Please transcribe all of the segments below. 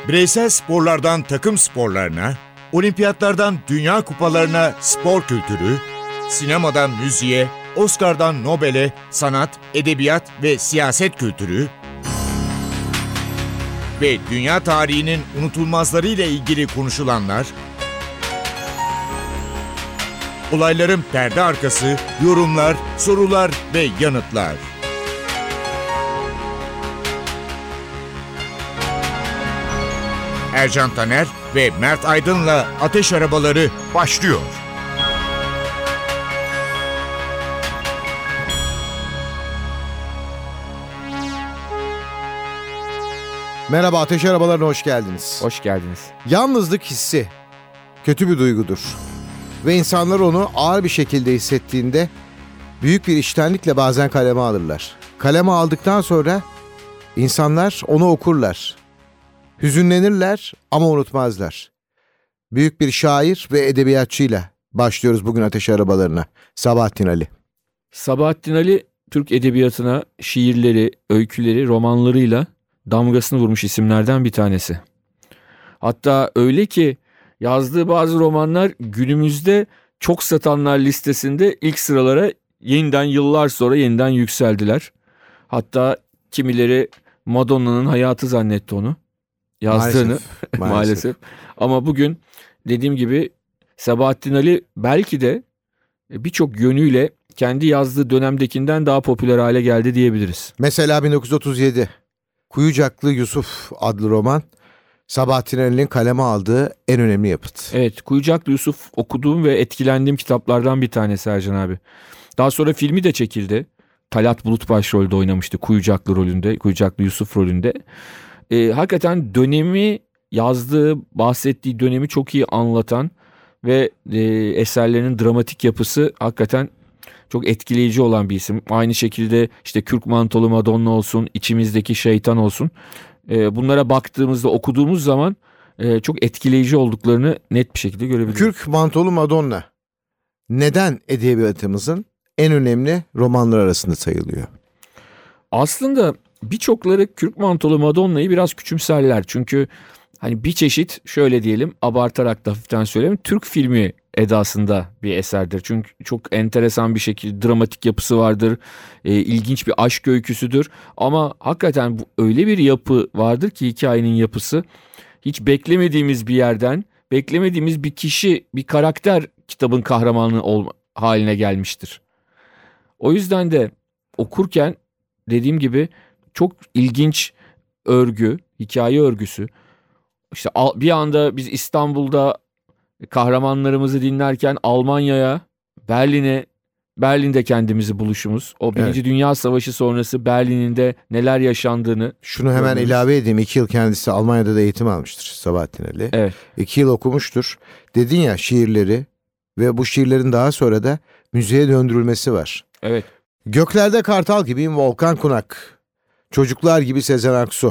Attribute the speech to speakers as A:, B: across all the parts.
A: Bireysel sporlardan takım sporlarına, olimpiyatlardan dünya kupalarına spor kültürü, sinemadan müziğe, Oscar'dan Nobel'e sanat, edebiyat ve siyaset kültürü ve dünya tarihinin unutulmazlarıyla ilgili konuşulanlar, olayların perde arkası, yorumlar, sorular ve yanıtlar. Ercan Taner ve Mert Aydın'la Ateş Arabaları başlıyor.
B: Merhaba, Ateş Arabalarına hoş geldiniz.
C: Hoş geldiniz.
B: Yalnızlık hissi kötü bir duygudur. Ve insanlar onu ağır bir şekilde hissettiğinde büyük bir içtenlikle bazen kaleme alırlar. Kaleme aldıktan sonra insanlar onu okurlar. Hüzünlenirler ama unutmazlar. Büyük bir şair ve edebiyatçıyla başlıyoruz bugün Ateş Arabalarına. Sabahattin Ali.
C: Sabahattin Ali, Türk edebiyatına şiirleri, öyküleri, romanlarıyla damgasını vurmuş isimlerden bir tanesi. Hatta öyle ki yazdığı bazı romanlar günümüzde çok satanlar listesinde ilk sıralara yıllar sonra yeniden yükseldiler. Hatta kimileri Madonna'nın hayatı zannetti onu yazdığını maalesef. Ama bugün dediğim gibi Sabahattin Ali belki de birçok yönüyle kendi yazdığı dönemdekinden daha popüler hale geldi diyebiliriz.
B: Mesela 1937 Kuyucaklı Yusuf adlı roman Sabahattin Ali'nin kaleme aldığı en önemli yapıt.
C: Evet, Kuyucaklı Yusuf okuduğum ve etkilendiğim kitaplardan bir tanesi Ercan abi. Daha sonra filmi de çekildi. Talat Bulut başrolde oynamıştı Kuyucaklı rolünde, Kuyucaklı Yusuf rolünde. Hakikaten dönemi yazdığı, bahsettiği dönemi çok iyi anlatan ve eserlerinin dramatik yapısı hakikaten çok etkileyici olan bir isim. Aynı şekilde işte Kürk Mantolu Madonna olsun, İçimizdeki Şeytan olsun. Bunlara baktığımızda, okuduğumuz zaman çok etkileyici olduklarını net bir şekilde görebiliyoruz.
B: Kürk Mantolu Madonna neden edebiyatımızın en önemli romanlar arasında sayılıyor?
C: Aslında birçokları Kürk Mantolu Madonna'yı biraz küçümserler. Çünkü hani bir çeşit, şöyle diyelim, abartarak da hafiften söyleyeyim, Türk filmi edasında bir eserdir. Çünkü çok enteresan bir şekilde dramatik yapısı vardır. İlginç bir aşk öyküsüdür. Ama hakikaten öyle bir yapı vardır ki hikayenin yapısı hiç beklemediğimiz bir yerden, beklemediğimiz bir kişi, bir karakter kitabın kahramanı haline gelmiştir. O yüzden de okurken dediğim gibi çok ilginç örgü, hikaye örgüsü. İşte bir anda biz İstanbul'da kahramanlarımızı dinlerken Almanya'ya, Berlin'de kendimizi buluşumuz. O Birinci Dünya Savaşı sonrası Berlin'in de neler yaşandığını.
B: Şunu hemen görmemiz. İlave edeyim. 2 yıl kendisi Almanya'da da eğitim almıştır Sabahattin Ali.
C: Evet.
B: 2 yıl okumuştur. Dedin ya, şiirleri ve bu şiirlerin daha sonra da müziğe döndürülmesi var.
C: Evet.
B: Göklerde Kartal gibiyim Volkan Kunak. Çocuklar gibi Sezen Aksu.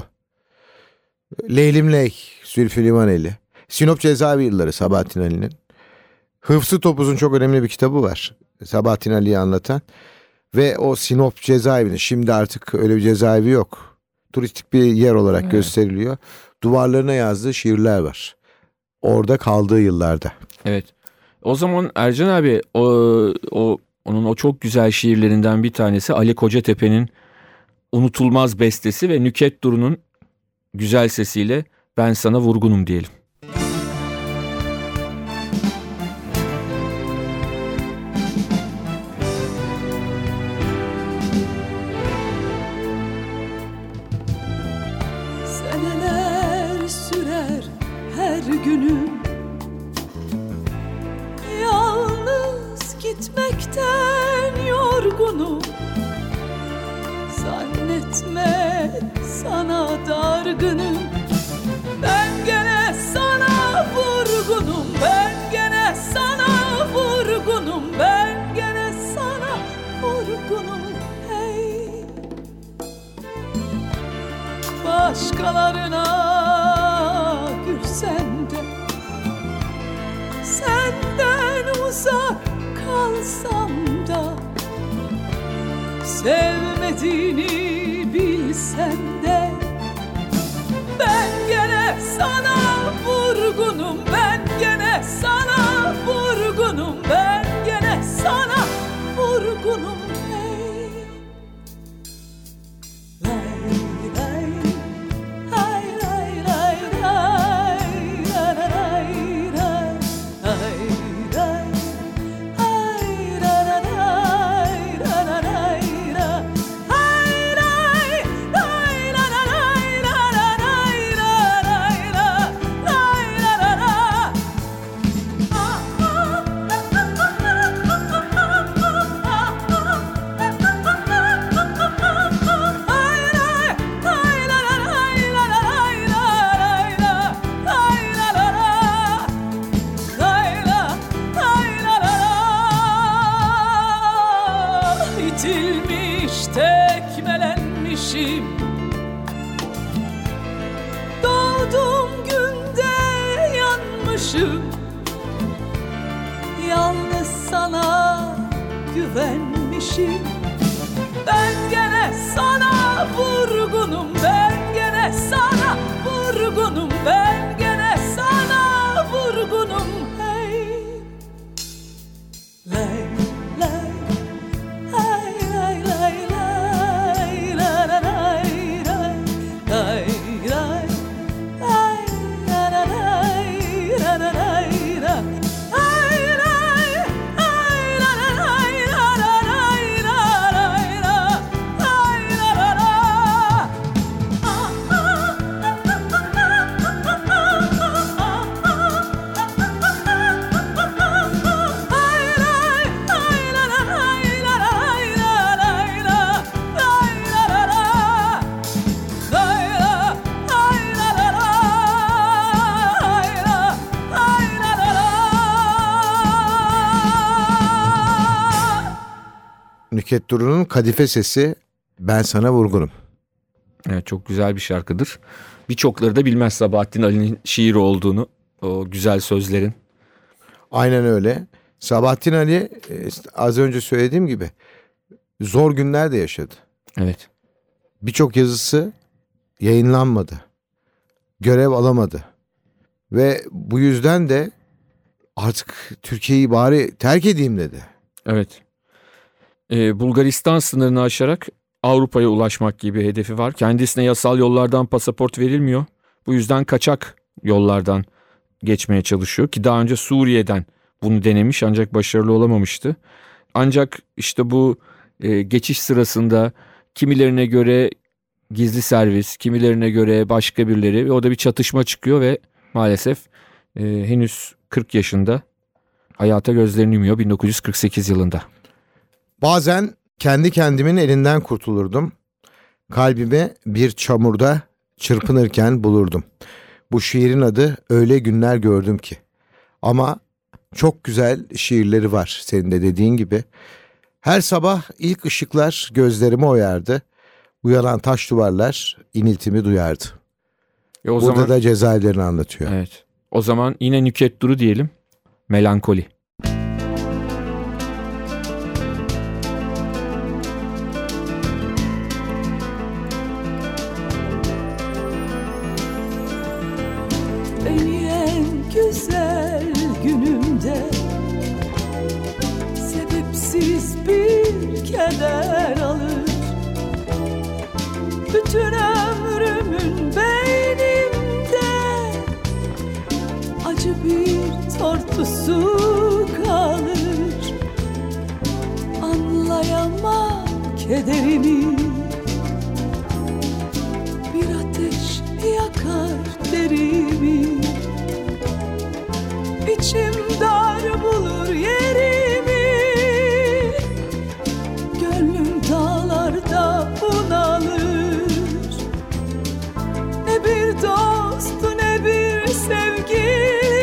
B: Leylim Ley Zülfü Livaneli. Sinop Cezaevi Yılları Sabahattin Ali'nin. Hıfzı Topuz'un çok önemli bir kitabı var Sabahattin Ali'yi anlatan. Ve o Sinop Cezaevi'nin, şimdi artık öyle bir cezaevi yok, turistik bir yer olarak gösteriliyor. Duvarlarına yazdığı şiirler var. Orada kaldığı yıllarda.
C: Evet. O zaman Ercan abi onun o çok güzel şiirlerinden bir tanesi Ali Kocatepe'nin unutulmaz bestesi ve Nükhet Duru'nun güzel sesiyle Ben Sana Vurgunum diyelim.
D: Seneler sürer her günüm, yalnız gitmekten yorgunum. Zannetme sana dargınım, ben gene sana vurgunum. Ben gene sana vurgunum, ben gene sana vurgunum. Hey, başkalarına gülsen de, senden uzak kalsam da, sevmediğini bilsen de, ben gene sana doğduğum günde yanmışım. Yalnız sana güvenmişim. Ben gene sana vurgunum, ben gene sana vurgunum, ben gene sana vurgunum. Hey, lay lay, lay lay lay lay, la la lay lay, lay lay, lay la la lay, la la lay la.
B: Nükhet Duru'nun Kadife Sesi, Ben Sana Vurgunum.
C: Evet, çok güzel bir şarkıdır. Birçokları da bilmez Sabahattin Ali'nin şiiri olduğunu, o güzel sözlerin.
B: Aynen öyle. Sabahattin Ali az önce söylediğim gibi zor günler de yaşadı.
C: Evet.
B: Birçok yazısı yayınlanmadı. Görev alamadı. Ve bu yüzden de artık Türkiye'yi bari terk edeyim dedi.
C: Evet. Bulgaristan sınırını aşarak Avrupa'ya ulaşmak gibi hedefi var. Kendisine yasal yollardan pasaport verilmiyor. Bu yüzden kaçak yollardan geçmeye çalışıyor ki daha önce Suriye'den bunu denemiş ancak başarılı olamamıştı. Ancak işte bu geçiş sırasında kimilerine göre gizli servis, kimilerine göre başka birileri ve orada bir çatışma çıkıyor ve maalesef henüz 40 yaşında hayata gözlerini yumuyor 1948 yılında.
B: Bazen kendi kendimin elinden kurtulurdum. Kalbimi bir çamurda çırpınırken bulurdum. Bu şiirin adı Öyle Günler Gördüm Ki. Ama çok güzel şiirleri var senin de dediğin gibi. Her sabah ilk ışıklar gözlerimi oyardı. Uyanan taş duvarlar iniltimi duyardı.
C: O
B: Burada
C: zaman,
B: da cezaevlerini anlatıyor.
C: evet. O zaman yine Nükhet Duru diyelim. Melankoli.
D: Beni en güzel günümde sebepsiz bir keder alır. Bütün ömrümün beynimde acı bir tortusu kalır. Anlayamam kederimi, bir ateş yakar derimi. İçim dar bulur yerimi, gönlüm dağlarda bunalır. Ne bir dost ne bir sevgili,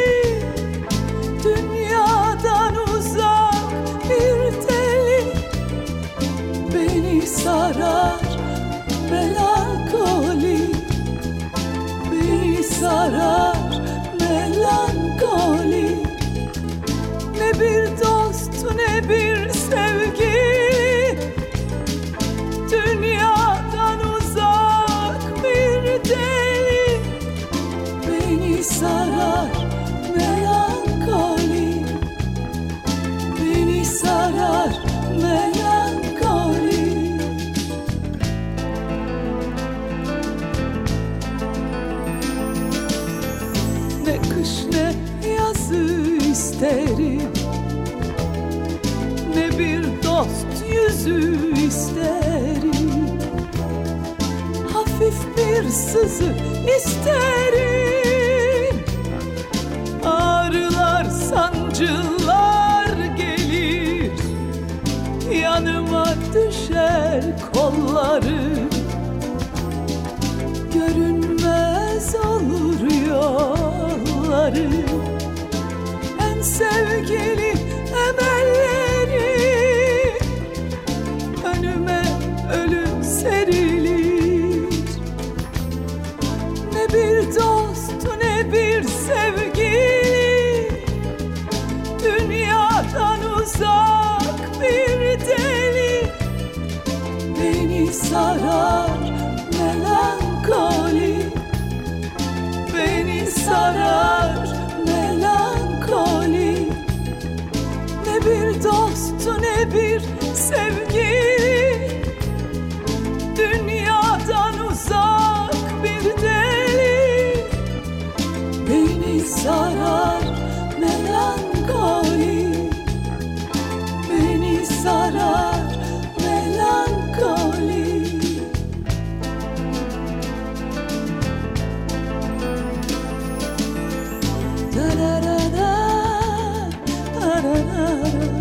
D: dünyadan uzak bir deli beni sarar melankoli, beni sarar melankoli. Ne bir dost ne bir sevgi, dünyadan uzak bir deli beni sarar melankoli, beni sarar melankoli. Ne kış ne yazı isterim, ne bir dost yüzü isterim. Hafif bir sızı isterim, ağrılar sancılar gelir, yanıma düşer kollarım. Görünmez olur yollarım, en sevgili emellerim önüme ölüm serilir. Ne bir dost sarar melankoli, beni sarar melankoli. Ne bir dost ne bir sevgili, dünyadan uzak bir deli. Beni sarar melankoli, beni sarar melankoli. Da da da da, da da da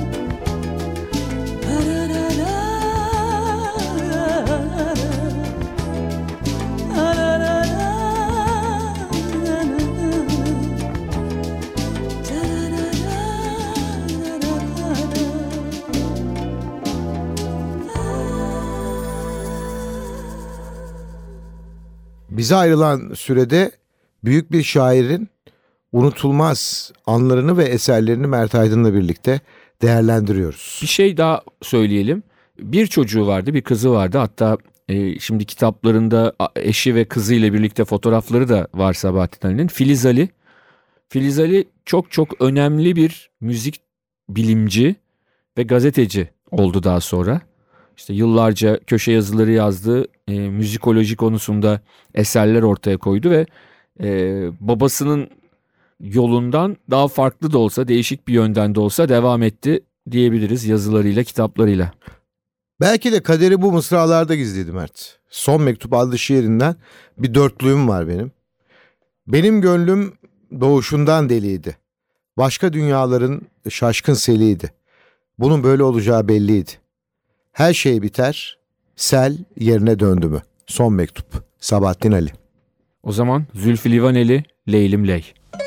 B: Bize ayrılan sürede büyük bir şairin unutulmaz anlarını ve eserlerini Mert Aydın'la birlikte değerlendiriyoruz.
C: Bir şey daha söyleyelim. Bir çocuğu vardı, bir kızı vardı. Hatta şimdi kitaplarında eşi ve kızıyla birlikte fotoğrafları da var Sabahattin Ali'nin. Filiz Ali. Filiz Ali çok çok önemli bir müzik bilimci ve gazeteci oldu daha sonra. İşte yıllarca köşe yazıları yazdı, müzikoloji konusunda eserler ortaya koydu ve babasının yolundan daha farklı da olsa, değişik bir yönden de olsa devam etti diyebiliriz yazılarıyla, kitaplarıyla.
B: Belki de kaderi bu mısralarda gizliydi Mert. Son Mektup adlı şiirinden bir dörtlüğüm var benim. Benim gönlüm doğuşundan deliydi. Başka dünyaların şaşkın seliydi. Bunun böyle olacağı belliydi. Her şey biter, sel yerine döndü mü? Son Mektup, Sabahattin Ali.
C: O zaman Zülfü Livaneli, Leylim Ley.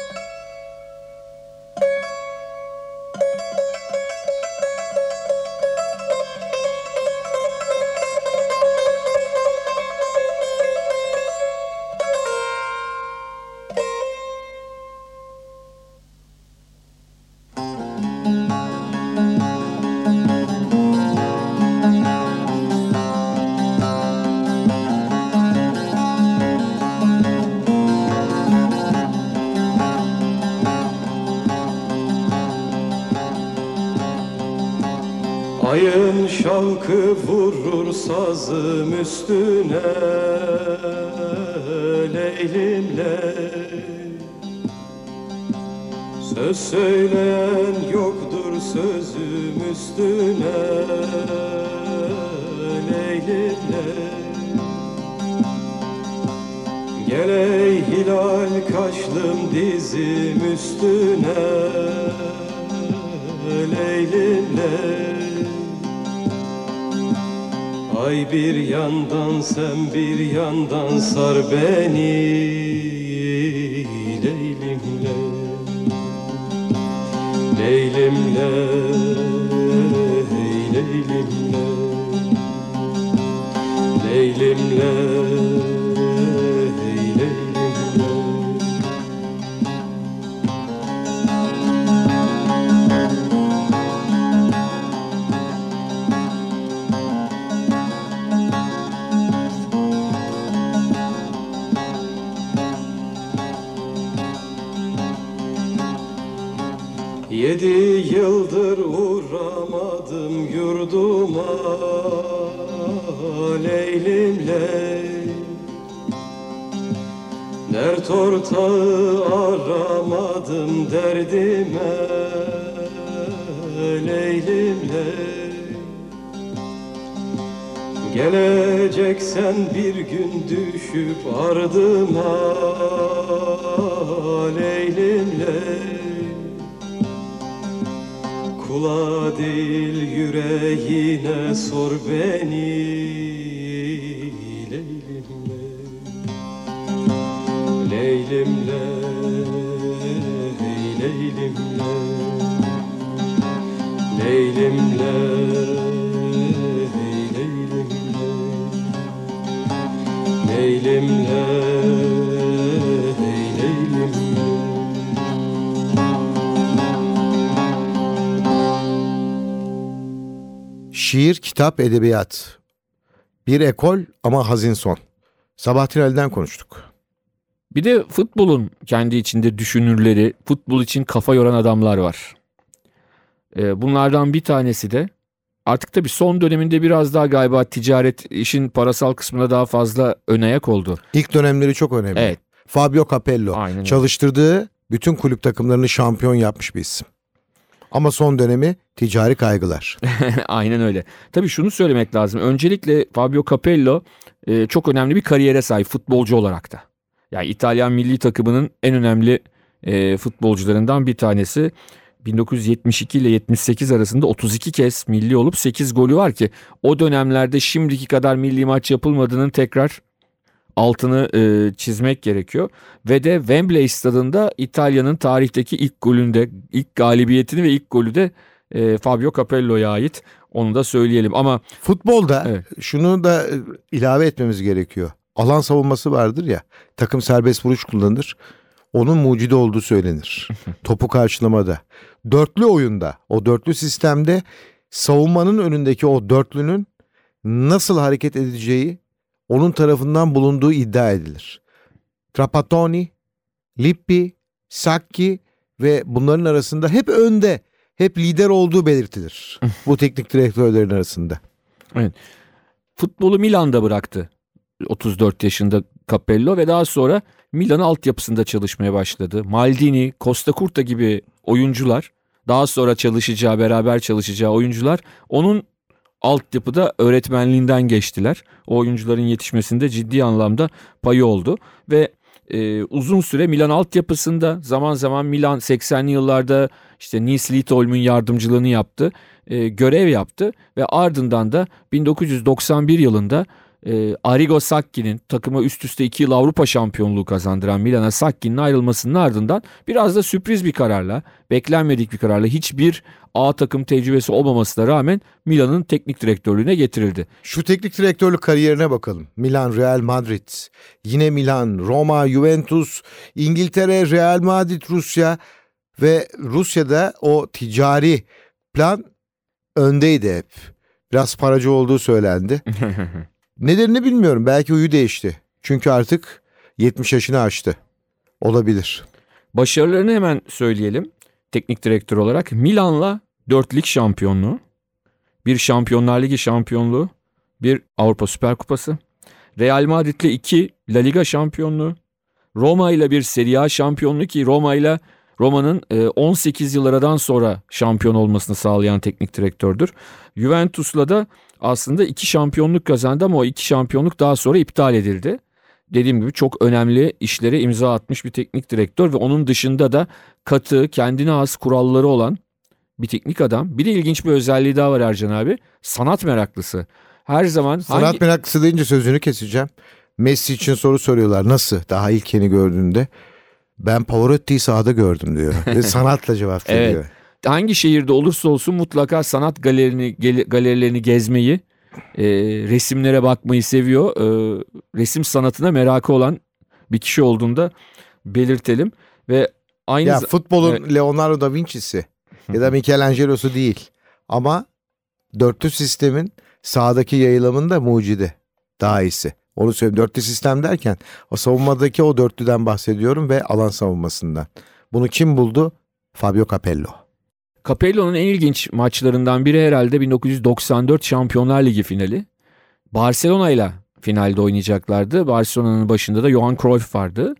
E: Ayın şavkı vurur sazım üstüne, Leylim ley. Söz söyleyen yoktur sözüm üstüne, Leylim ley. Gel ey hilal kaşlım dizim üstüne, Leylim ley. Ay bir yandan sen bir yandan sar beni, Leylim ley. Leylim ley, Leylim ley. Leylim ley, Leylim ley. Yedi yıldır uğramadım yurduma, Leylim ley. Dert ortağı aramadım derdime, Leylim ley. Geleceksen bir gün düşüp ardıma, Leylim ley. Kula değil yüreğine sor beni, Leylim ley. Leylim ley, Leylim ley. Leylim ley, Leylim ley. Leylim ley, Leylim ley.
B: Şiir, kitap, edebiyat. Bir ekol ama hazin son. Sabahattin Ali'den konuştuk.
C: Bir de futbolun kendi içinde düşünürleri, futbol için kafa yoran adamlar var. Bunlardan bir tanesi de artık tabii son döneminde biraz daha galiba ticaret işin parasal kısmına daha fazla ön ayak oldu.
B: İlk dönemleri çok önemli.
C: Evet.
B: Fabio Capello.
C: Aynen öyle.
B: Çalıştırdığı bütün kulüp takımlarını şampiyon yapmış bir isim. Ama son dönemi ticari kaygılar.
C: Aynen öyle. Tabii şunu söylemek lazım. Öncelikle Fabio Capello çok önemli bir kariyere sahip futbolcu olarak da. Yani İtalyan milli takımının en önemli futbolcularından bir tanesi. 1972 ile 78 arasında 32 kez milli olup 8 golü var ki o dönemlerde şimdiki kadar milli maç yapılmadığının tekrar altını çizmek gerekiyor. Ve de Wembley stadında İtalya'nın tarihteki ilk golünde, ilk galibiyetini ve ilk golü de Fabio Capello'ya ait. Onu da söyleyelim ama
B: Futbolda
C: evet.
B: şunu da ilave etmemiz gerekiyor. Alan savunması vardır ya, takım serbest vuruş kullanır. Onun mucidi olduğu söylenir. Topu karşılamada. Dörtlü oyunda, o dörtlü sistemde savunmanın önündeki o dörtlünün nasıl hareket edeceği onun tarafından bulunduğu iddia edilir. Trapattoni, Lippi, Sacchi ve bunların arasında hep önde, hep lider olduğu belirtilir. Bu teknik direktörlerin arasında.
C: Futbolu Milan'da bıraktı 34 yaşında Capello ve daha sonra Milan altyapısında çalışmaya başladı. Maldini, Costa Curta gibi oyuncular, daha sonra beraber çalışacağı oyuncular onun altyapıda öğretmenliğinden geçtiler. O oyuncuların yetişmesinde ciddi anlamda payı oldu ve uzun süre Milan altyapısında, zaman zaman Milan 80'li yıllarda işte Nils Lidholm'un yardımcılığını yaptı, görev yaptı ve ardından da 1991 yılında Arrigo Sacchi'nin takıma üst üste 2 yıl Avrupa şampiyonluğu kazandıran Milan'a Sacchi'nin ayrılmasının ardından biraz da sürpriz bir kararla, beklenmedik bir kararla, hiçbir A takım tecrübesi olmamasına rağmen Milan'ın teknik direktörlüğüne getirildi.
B: Şu teknik direktörlük kariyerine bakalım. Milan, Real Madrid, yine Milan, Roma, Juventus, İngiltere, Real Madrid, Rusya ve Rusya'da o ticari plan öndeydi hep. Biraz paracı olduğu söylendi. Nedenini bilmiyorum. Belki huyu değişti. Çünkü artık 70 yaşını aştı. Olabilir.
C: Başarılarını hemen söyleyelim. Teknik direktör olarak Milan'la 4 lig şampiyonluğu, bir Şampiyonlar Ligi şampiyonluğu, bir Avrupa Süper Kupası, Real Madrid'le 2 La Liga şampiyonluğu, Roma ile bir Serie A şampiyonluğu ki Roma'nın 18 yıl aradan sonra şampiyon olmasını sağlayan teknik direktördür. Juventus'la da aslında 2 şampiyonluk kazandı ama o 2 şampiyonluk daha sonra iptal edildi. Dediğim gibi çok önemli işlere imza atmış bir teknik direktör ve onun dışında da katı, kendine has kuralları olan bir teknik adam. Bir de ilginç bir özelliği daha var Ercan abi. Sanat meraklısı. Her zaman
B: Sanat meraklısı deyince sözünü keseceğim. Messi için soru soruyorlar. Nasıl? Daha ilk yeni gördüğünde. Ben Pavarotti'yi sahada gördüm diyor. Ve sanatla cevap veriyor.
C: Evet. Hangi şehirde olursa olsun mutlaka sanat galerilerini gezmeyi, resimlere bakmayı seviyor. Resim sanatına merakı olan bir kişi olduğunda belirtelim. Ve aynı
B: futbolun Leonardo da Vinci'si ya da Michelangelo'su değil. Ama dörtlü sistemin sahadaki yayılımında mucidi. Daha iyisi. Onu söyleyeyim. Dörtlü sistem derken o savunmadaki o dörtlüden bahsediyorum ve alan savunmasından. Bunu kim buldu? Fabio Capello.
C: Capello'nun en ilginç maçlarından biri herhalde 1994 Şampiyonlar Ligi finali. Barcelona ile finalde oynayacaklardı. Barcelona'nın başında da Johan Cruyff vardı.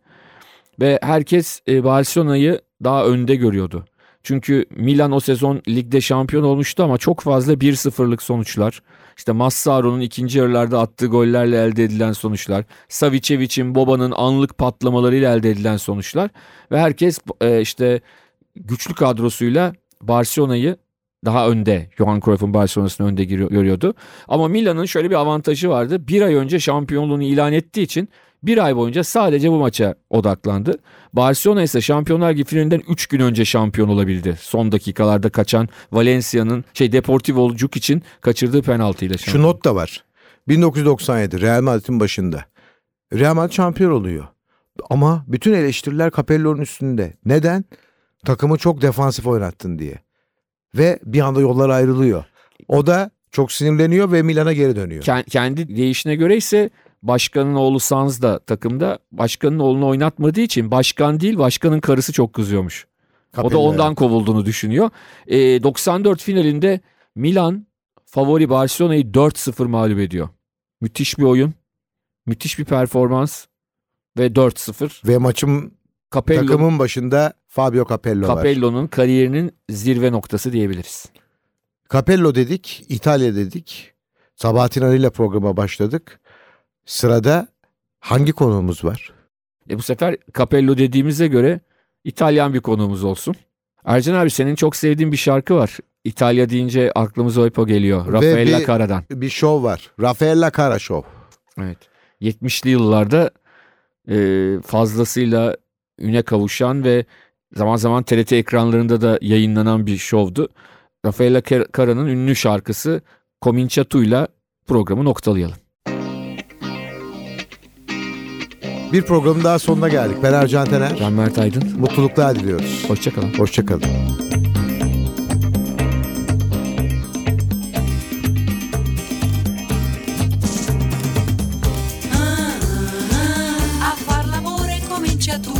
C: Ve herkes Barcelona'yı daha önde görüyordu. Çünkü Milan o sezon ligde şampiyon olmuştu ama çok fazla 1-0'lık sonuçlar. İşte Massaro'nun ikinci yarılarda attığı gollerle elde edilen sonuçlar. Savicevic'in, Boba'nın anlık patlamalarıyla elde edilen sonuçlar. Ve herkes işte güçlü kadrosuyla Barcelona'yı daha önde, Johan Cruyff'un Barcelona'sını önde görüyordu. Ama Milan'ın şöyle bir avantajı vardı. Bir ay önce şampiyonluğunu ilan ettiği için bir ay boyunca sadece bu maça odaklandı. Barcelona ise Şampiyonlar Ligi finalinden 3 gün önce şampiyon olabildi. Son dakikalarda kaçan Valencia'nın Deportivo Cukic'in kaçırdığı penaltıyla şampiyon.
B: Şu not da var. 1997 Real Madrid'in başında. Real Madrid şampiyon oluyor. Ama bütün eleştiriler Capello'nun üstünde. Neden? Takımı çok defansif oynattın diye. Ve bir anda yollar ayrılıyor. O da Çok sinirleniyor ve Milan'a geri dönüyor.
C: Kendi deyişine göre ise başkanın oğlu Sanz da takımda. Başkanın oğlunu oynatmadığı için başkan değil, başkanın karısı çok kızıyormuş. O da
B: Capello,
C: ondan
B: evet.
C: kovulduğunu düşünüyor. 94 finalinde Milan favori Barcelona'yı 4-0 mağlup ediyor. Müthiş bir oyun, müthiş bir performans ve 4-0.
B: Ve maçın takımın başında Fabio Capello var.
C: Capello'nun kariyerinin zirve noktası diyebiliriz.
B: Capello dedik, İtalya dedik. Sabahattin Ali ile programa başladık. Sırada hangi konuğumuz var?
C: Bu sefer Capello dediğimize göre İtalyan bir konuğumuz olsun. Ercan abi, senin çok sevdiğin bir şarkı var. İtalya deyince aklımıza o hep o geliyor. Raffaella Carra'dan.
B: Bir şov var. Raffaella Carrà Show.
C: Evet. 70'li yıllarda fazlasıyla üne kavuşan ve zaman zaman TRT ekranlarında da yayınlanan bir şovdu. Raffaella Carra'nın ünlü şarkısı Comincia Tu'yla programı noktalayalım.
B: Bir programın daha sonuna geldik. Ben Ercan Taner.
C: Ben Mert Aydın.
B: Mutluluklar diliyoruz.
C: Hoşçakalın.
B: Hoşçakalın.
D: A far l'amore comincia tu.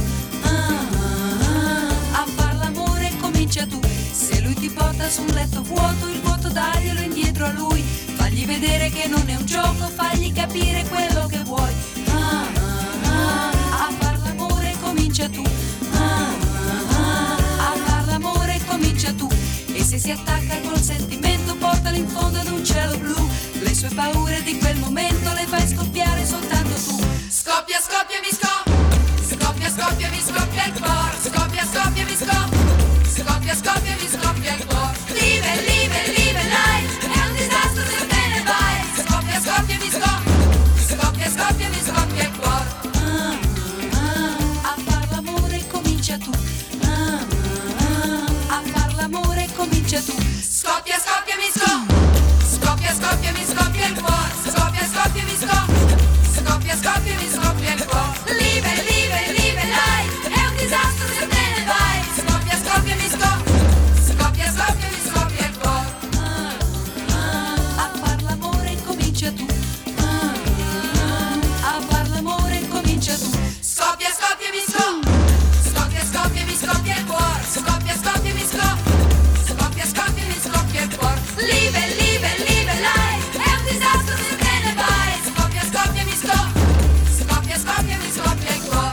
D: A far l'amore comincia tu. Se lui ti porta su un letto vuoto, il vuoto daglielo indietro a lui. Fagli vedere che non è un gioco, fagli capire quello che vuoi. A far l'amore comincia tu. A far l'amore comincia tu. E se si attacca col sentimento, portalo in fondo ad un cielo blu. Le sue paure di quel momento le fai scoppiare soltanto tu. Scoppia, scoppia, mi scoppia. Scoppia, scoppia, mi scoppia il cuore. Scoppia, scoppia, mi scoppia. Scoppia, scoppia, mi scoppia il cuore. Live, live, live, life. È un disastro se te ne vai. Scoppia, scoppia, mi scoppia. Scoppia, scoppia, mi scoppia il cuore. A far l'amore comincia tu. A far l'amore comincia tu. Scoppia, scoppia, mi scoppia. Scoppia, scoppia, mi scoppia il cuore. Scoppia, scoppia, mi scoppia. Scoppia, scoppia, mi scoppia il cuore. Live, live, live, life. È un disastro se te ne vai. Scoppia, scoppia, mi scoppia. Scoppia, scoppia, mi scoppia il cuore. A far l'amore comincia tu. A far l'amore comincia tu. Scoppia, scoppia, mi scoppia. Scoppia, scoppia, mi scoppia il cuore. Scoppia, scoppia, mi scoppia. Scoppia, scoppia, mi scoppia il cuore. Live, live, live, life. È un disastro se te ne vai. Scoppia, scoppia, mi scoppia. Scoppia, scoppia, mi scoppia il cuore.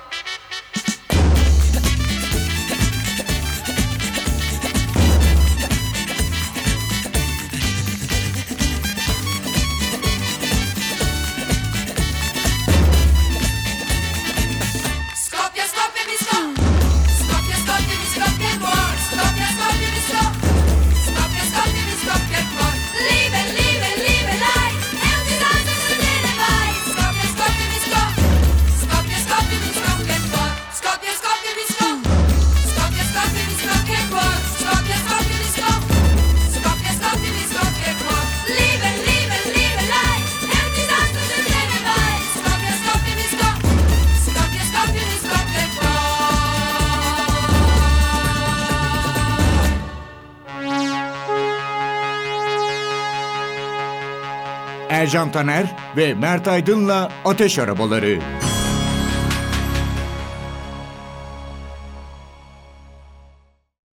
D: Scoppia, scoppia, mi scoppia. Scoppia, scoppia, mi scoppia il cuore. Scoppia, scoppia, mi scoppia. Scoppia, scoppia, mi scoppia il cuore. Live, live, live, life. È un disastro se te ne vai. Scoppia, scoppia, mi scoppia. Scoppia, scoppia, mi scoppia il cuore. Scoppia, scoppia, mi scoppia. Scoppia, scoppia, mi scoppia il cuore. Scoppia, scoppia, mi scoppia. Scoppia, scoppia, mi scoppia il cuore. Live, live, live, life. È un disastro se te ne vai. Scoppia, scoppia, mi scoppia. Scoppia, scoppia, mi scoppia il cuore.
A: Ercan Taner ve Mert Aydın'la Ateş Arabaları.